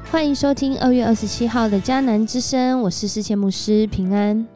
欢迎收听2月27号的迦南之声，我是世界牧师平安。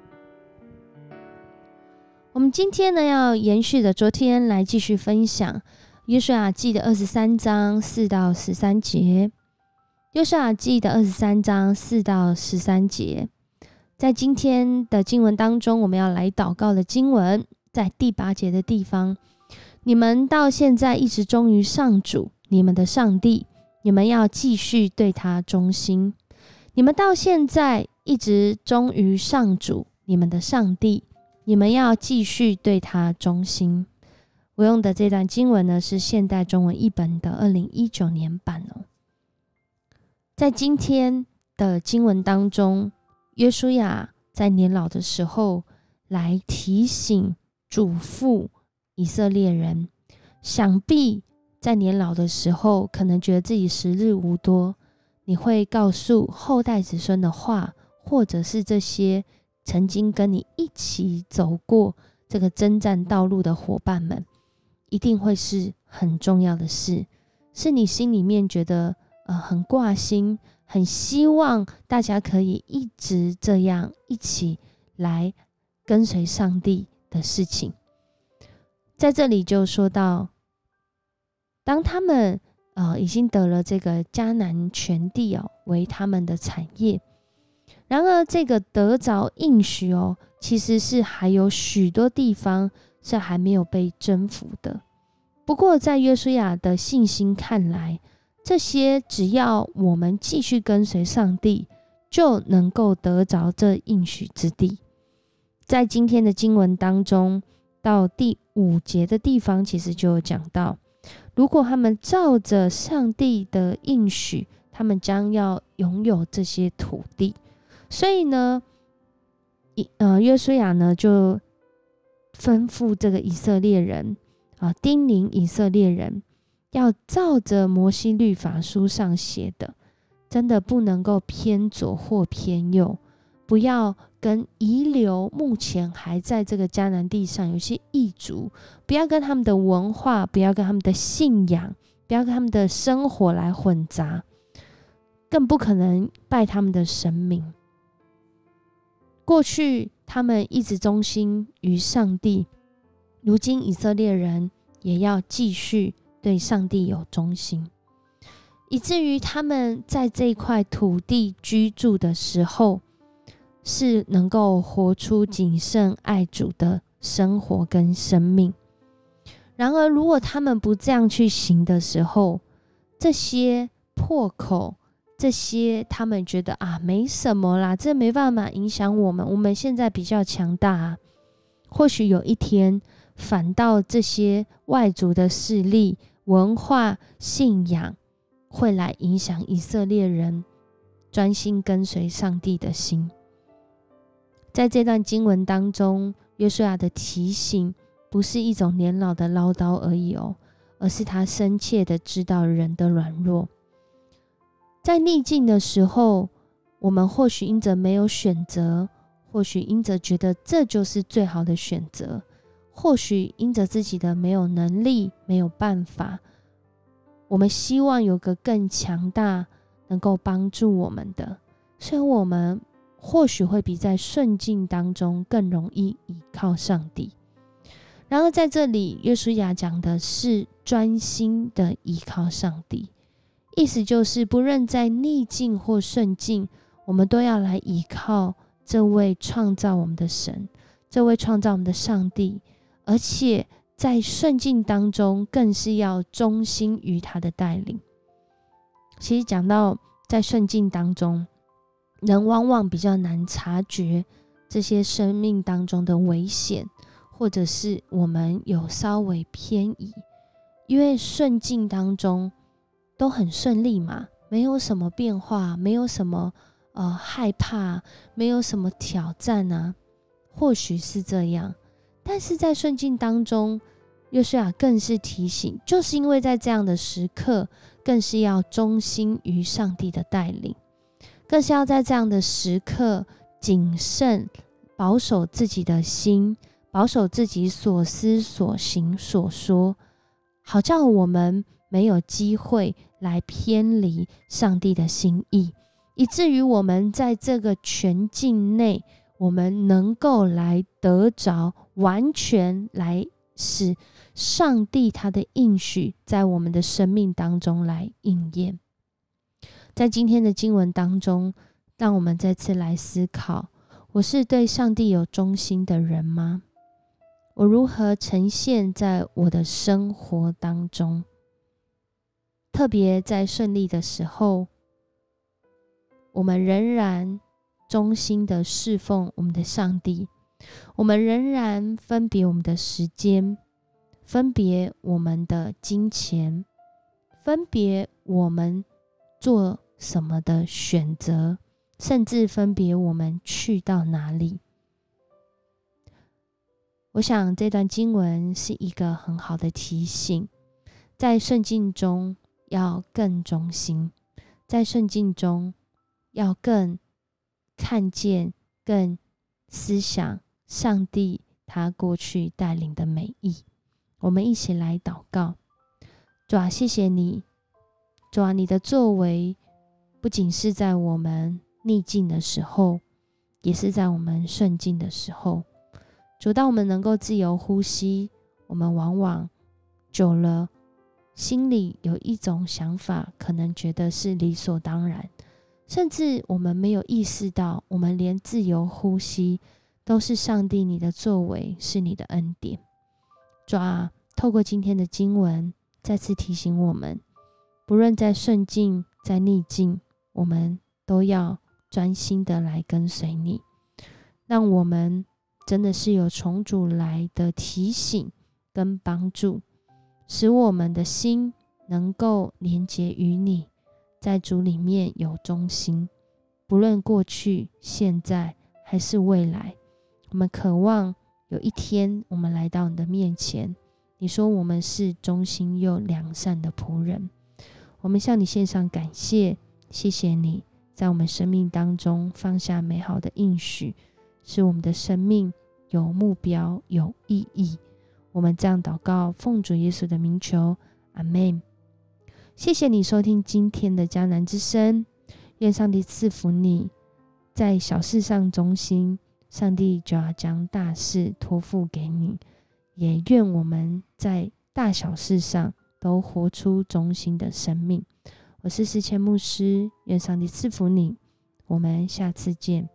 我们今天呢要延续的昨天来继续分享约书亚记的23章4到13节。约书亚记的23章4到13节，在今天的经文当中，我们要来祷告的经文在第8节的地方，你们到现在一直忠于上主你们的上帝，你们要继续对他忠心。你们到现在一直忠于上主你们的上帝，你们要继续对他忠心。我用的这段经文呢，是现代中文译本的2019年版哦。在今天的经文当中，约书亚在年老的时候来提醒嘱咐以色列人，想必在年老的时候可能觉得自己时日无多，你会告诉后代子孙的话，或者是这些曾经跟你一起走过这个征战道路的伙伴们，一定会是很重要的事，是你心里面觉得很挂心，很希望大家可以一直这样一起来跟随上帝的事情。在这里就说到，当他们已经得了这个迦南全地为他们的产业，然而这个得着应许其实是还有许多地方是还没有被征服的。不过在约书亚的信心看来，这些只要我们继续跟随上帝，就能够得着这应许之地。在今天的经文当中，到第5节的地方，其实就有讲到，如果他们照着上帝的应许，他们将要拥有这些土地。所以呢，约书亚呢就吩咐这个以色列人叮咛以色列人要照着摩西律法书上写的，真的不能够偏左或偏右，不要跟遗留目前还在这个迦南地上有些异族，不要跟他们的文化，不要跟他们的信仰，不要跟他们的生活来混杂，更不可能拜他们的神明。过去他们一直忠心于上帝，如今以色列人也要继续对上帝有忠心，以至于他们在这一块土地居住的时候，是能够活出谨慎爱主的生活跟生命。然而如果他们不这样去行的时候，这些破口，这些他们觉得没什么啦，这没办法影响我们，我们现在比较强大或许有一天反倒这些外族的势力、文化、信仰会来影响以色列人专心跟随上帝的心。在这段经文当中，约书亚的提醒不是一种年老的唠叨而已而是他深切的知道人的软弱。在逆境的时候，我们或许因着没有选择，或许因着觉得这就是最好的选择，或许因着自己的没有能力，没有办法，我们希望有个更强大能够帮助我们的，所以我们或许会比在顺境当中更容易依靠上帝。然而在这里，约书亚讲的是专心的依靠上帝，意思就是不论在逆境或顺境，我们都要来依靠这位创造我们的神，这位创造我们的上帝，而且在顺境当中更是要忠心于他的带领。其实讲到在顺境当中，人往往比较难察觉这些生命当中的危险，或者是我们有稍微偏移，因为顺境当中都很顺利嘛，没有什么变化，没有什么害怕，没有什么挑战或许是这样。但是在顺境当中，约书亚更是提醒，就是因为在这样的时刻，更是要忠心于上帝的带领，更是要在这样的时刻谨慎保守自己的心，保守自己所思所行所说，好叫我们没有机会来偏离上帝的心意，以至于我们在这个全境内，我们能够来得着完全来使上帝他的应许在我们的生命当中来应验。在今天的经文当中，让我们再次来思考，我是对上帝有忠心的人吗？我如何呈现在我的生活当中？特别在顺利的时候，我们仍然忠心的侍奉我们的上帝，我们仍然分别我们的时间，分别我们的金钱，分别我们做什么的选择，甚至分别我们去到哪里。我想这段经文是一个很好的提醒，在顺境中要更忠心，在顺境中要更看见、更思想上帝他过去带领的美意。我们一起来祷告。主啊，谢谢你，主啊，你的作为不仅是在我们逆境的时候，也是在我们顺境的时候。主，当我们能够自由呼吸，我们往往久了心里有一种想法，可能觉得是理所当然，甚至我们没有意识到，我们连自由呼吸都是上帝你的作为，是你的恩典。主啊，透过今天的经文再次提醒我们，不论在顺境在逆境，我们都要专心的来跟随你，让我们真的是有从主来的提醒跟帮助，使我们的心能够连结于你，在主里面有忠心，不论过去现在还是未来，我们渴望有一天我们来到你的面前，你说我们是忠心又良善的仆人。我们向你献上感谢，谢谢你在我们生命当中放下美好的应许，使我们的生命有目标有意义。我们这样祷告，奉主耶稣的名求，阿们。谢谢你收听今天的迦南之声，愿上帝赐福你，在小事上忠心，上帝就要将大事托付给你，也愿我们在大小事上都活出忠心的生命。我是思谦牧师，愿上帝赐福你，我们下次见。